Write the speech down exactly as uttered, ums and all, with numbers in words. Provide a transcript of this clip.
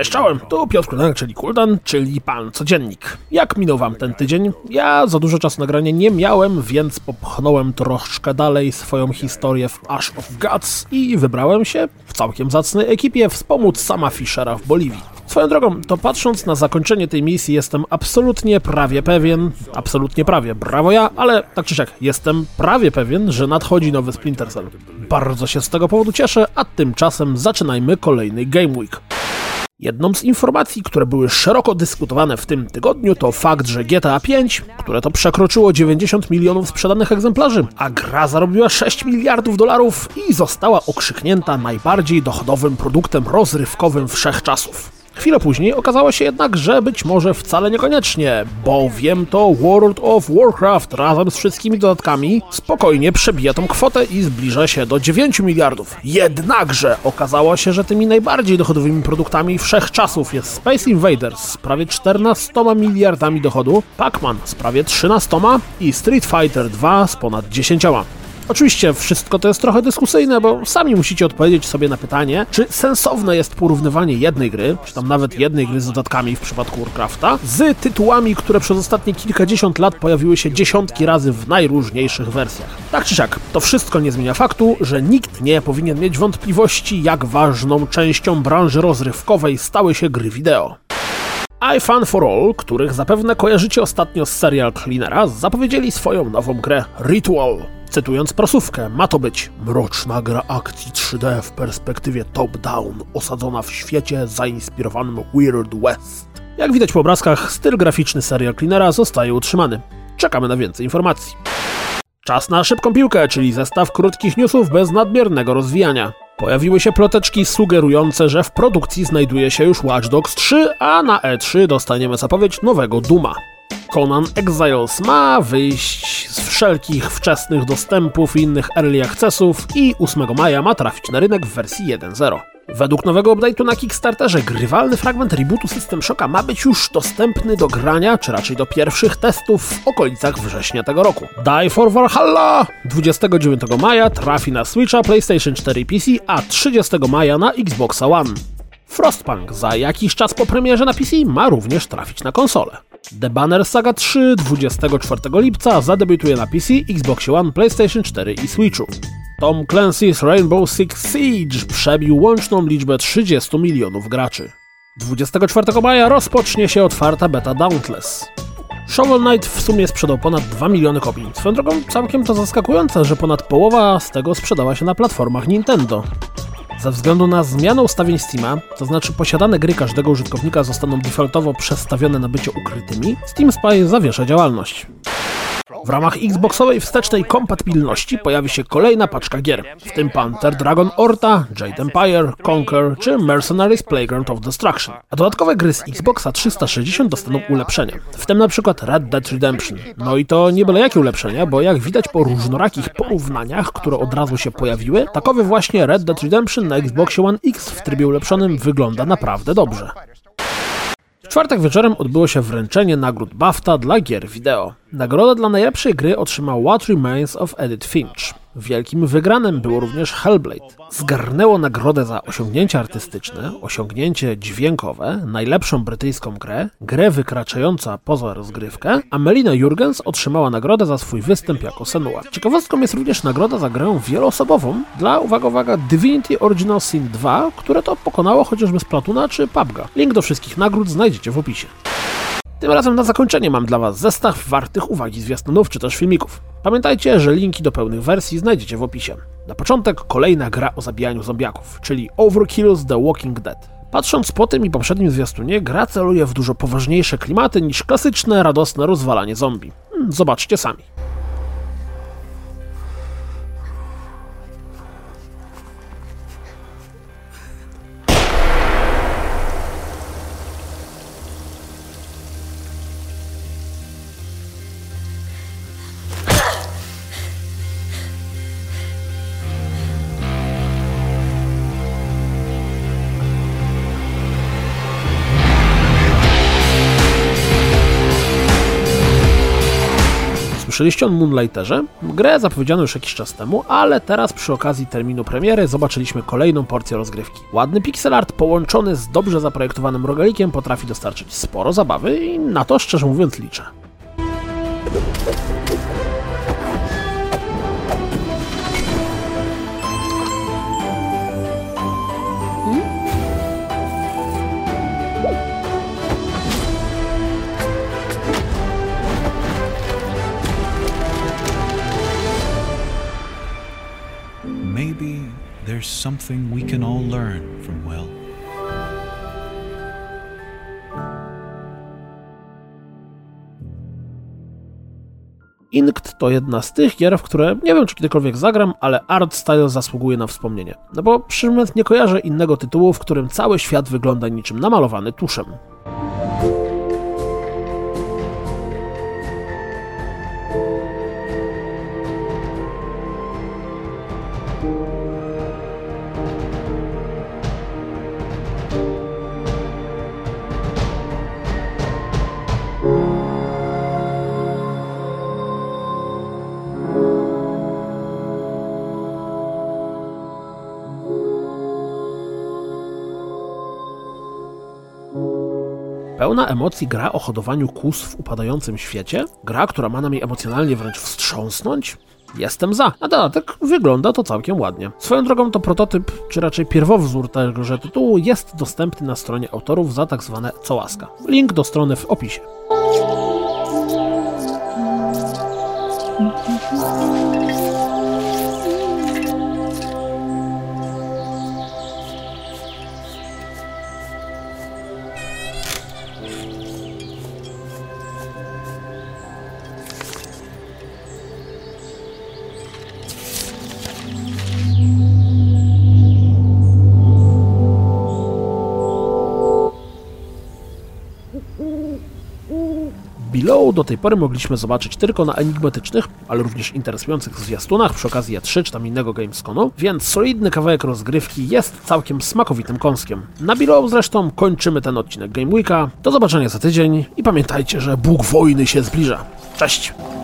Cześć, czołem, tu Piotr Kuldan, czyli Kuldan, czyli Pan Codziennik. Jak minął wam ten tydzień? Ja za dużo czasu nagrania nie miałem, więc popchnąłem troszkę dalej swoją historię w Ash of Gods i wybrałem się w całkiem zacnej ekipie wspomóc sama Fischera w Boliwii. Swoją drogą, to patrząc na zakończenie tej misji jestem absolutnie prawie pewien, absolutnie prawie, brawo ja, ale tak czy siak, jestem prawie pewien, że nadchodzi nowy Splinter Cell. Bardzo się z tego powodu cieszę, a tymczasem zaczynajmy kolejny Game Week. Jedną z informacji, które były szeroko dyskutowane w tym tygodniu, to fakt, że G T A pięć, które to przekroczyło dziewięćdziesiąt milionów sprzedanych egzemplarzy, a gra zarobiła sześć miliardów dolarów i została okrzyknięta najbardziej dochodowym produktem rozrywkowym wszechczasów. Chwilę później okazało się jednak, że być może wcale niekoniecznie, bowiem to World of Warcraft razem z wszystkimi dodatkami spokojnie przebija tą kwotę i zbliża się do dziewięciu miliardów. Jednakże okazało się, że tymi najbardziej dochodowymi produktami wszechczasów jest Space Invaders z prawie czternastoma miliardami dochodu, Pac-Man z prawie trzynastoma i Street Fighter dwa z ponad dziesięcioma. Oczywiście wszystko to jest trochę dyskusyjne, bo sami musicie odpowiedzieć sobie na pytanie, czy sensowne jest porównywanie jednej gry, czy tam nawet jednej gry z dodatkami w przypadku Warcrafta, z tytułami, które przez ostatnie kilkadziesiąt lat pojawiły się dziesiątki razy w najróżniejszych wersjach. Tak czy siak, to wszystko nie zmienia faktu, że nikt nie powinien mieć wątpliwości, jak ważną częścią branży rozrywkowej stały się gry wideo. iFun for All, których zapewne kojarzycie ostatnio z serial Cleanera, zapowiedzieli swoją nową grę Ritual. Cytując prasówkę, ma to być mroczna gra akcji trzy D w perspektywie top-down, osadzona w świecie zainspirowanym Weird West. Jak widać po obrazkach, styl graficzny serial Cleanera zostaje utrzymany. Czekamy na więcej informacji. Czas na szybką piłkę, czyli zestaw krótkich newsów bez nadmiernego rozwijania. Pojawiły się ploteczki sugerujące, że w produkcji znajduje się już Watch Dogs trzy, a na E trzy dostaniemy zapowiedź nowego Duma. Conan Exiles ma wyjść z wszelkich wczesnych dostępów i innych early accessów i ósmego maja ma trafić na rynek w wersji jeden zero. Według nowego update'u na Kickstarterze grywalny fragment rebootu System Shocka ma być już dostępny do grania, czy raczej do pierwszych testów w okolicach września tego roku. Die for Valhalla dwudziestego dziewiątego maja trafi na Switcha, PlayStation cztery i P C, a trzydziestego maja na Xboxa One. Frostpunk za jakiś czas po premierze na P C ma również trafić na konsolę. The Banner Saga trzy dwudziestego czwartego lipca zadebiutuje na P C, Xbox One, PlayStation cztery i Switchu. Tom Clancy's Rainbow Six Siege przebił łączną liczbę trzydziestu milionów graczy. dwudziestego czwartego maja rozpocznie się otwarta beta Dauntless. Shovel Knight w sumie sprzedał ponad dwa miliony kopii. Swoją drogą całkiem to zaskakujące, że ponad połowa z tego sprzedała się na platformach Nintendo. Ze względu na zmianę ustawień Steama, to znaczy posiadane gry każdego użytkownika zostaną defaultowo przestawione na bycie ukrytymi, Steam Spy zawiesza działalność. W ramach Xboxowej wstecznej kompatybilności pojawi się kolejna paczka gier, w tym Panzer Dragon Orta, Jade Empire, Conquer czy Mercenaries Playground of Destruction. A dodatkowe gry z Xboxa trzysta sześćdziesiąt dostaną ulepszenia, w tym na przykład Red Dead Redemption. No i to nie byle jakie ulepszenia, bo jak widać po różnorakich porównaniach, które od razu się pojawiły, takowy właśnie Red Dead Redemption na Xboxie One X w trybie ulepszonym wygląda naprawdę dobrze. W czwartek wieczorem odbyło się wręczenie nagród BAFTA dla gier wideo. Nagrodę dla najlepszej gry otrzymał What Remains of Edith Finch. Wielkim wygranym było również Hellblade. Zgarnęło nagrodę za osiągnięcie artystyczne, osiągnięcie dźwiękowe, najlepszą brytyjską grę, grę wykraczająca poza rozgrywkę, a Melina Jurgens otrzymała nagrodę za swój występ jako Senua. Ciekawostką jest również nagroda za grę wieloosobową dla, uwaga, uwaga, Divinity Original Sin dwa, które to pokonało chociażby Splatuna czy P U B G. Link do wszystkich nagród znajdziecie w opisie. Tym razem na zakończenie mam dla Was zestaw wartych uwagi zwiastunów czy też filmików. Pamiętajcie, że linki do pełnych wersji znajdziecie w opisie. Na początek kolejna gra o zabijaniu zombiaków, czyli Overkill's The Walking Dead. Patrząc po tym i poprzednim zwiastunie, gra celuje w dużo poważniejsze klimaty niż klasyczne, radosne rozwalanie zombie. Zobaczcie sami. Słyszeliście o Moonlighterze? Grę zapowiedziano już jakiś czas temu, ale teraz przy okazji terminu premiery zobaczyliśmy kolejną porcję rozgrywki. Ładny pixel art połączony z dobrze zaprojektowanym rogalikiem potrafi dostarczyć sporo zabawy i na to szczerze mówiąc liczę. Maybe there's something we can all learn from Will. Inked to jedna z tych gier, w które nie wiem czy kiedykolwiek zagram, ale art style zasługuje na wspomnienie. No bo przymyt nie kojarzę innego tytułu, w którym cały świat wygląda niczym namalowany tuszem. Pełna emocji gra o hodowaniu kóz w upadającym świecie? Gra, która ma na mnie emocjonalnie wręcz wstrząsnąć? Jestem za. Na dodatek wygląda to całkiem ładnie. Swoją drogą to prototyp, czy raczej pierwowzór tegoże tytułu jest dostępny na stronie autorów za tak zwane cołaska. Link do strony w opisie. Below do tej pory mogliśmy zobaczyć tylko na enigmatycznych, ale również interesujących zwiastunach przy okazji E trzy czy tam innego Gamescomu, więc solidny kawałek rozgrywki jest całkiem smakowitym kąskiem. Na Below zresztą kończymy ten odcinek Game Weeka. Do zobaczenia za tydzień i pamiętajcie, że Bóg wojny się zbliża. Cześć!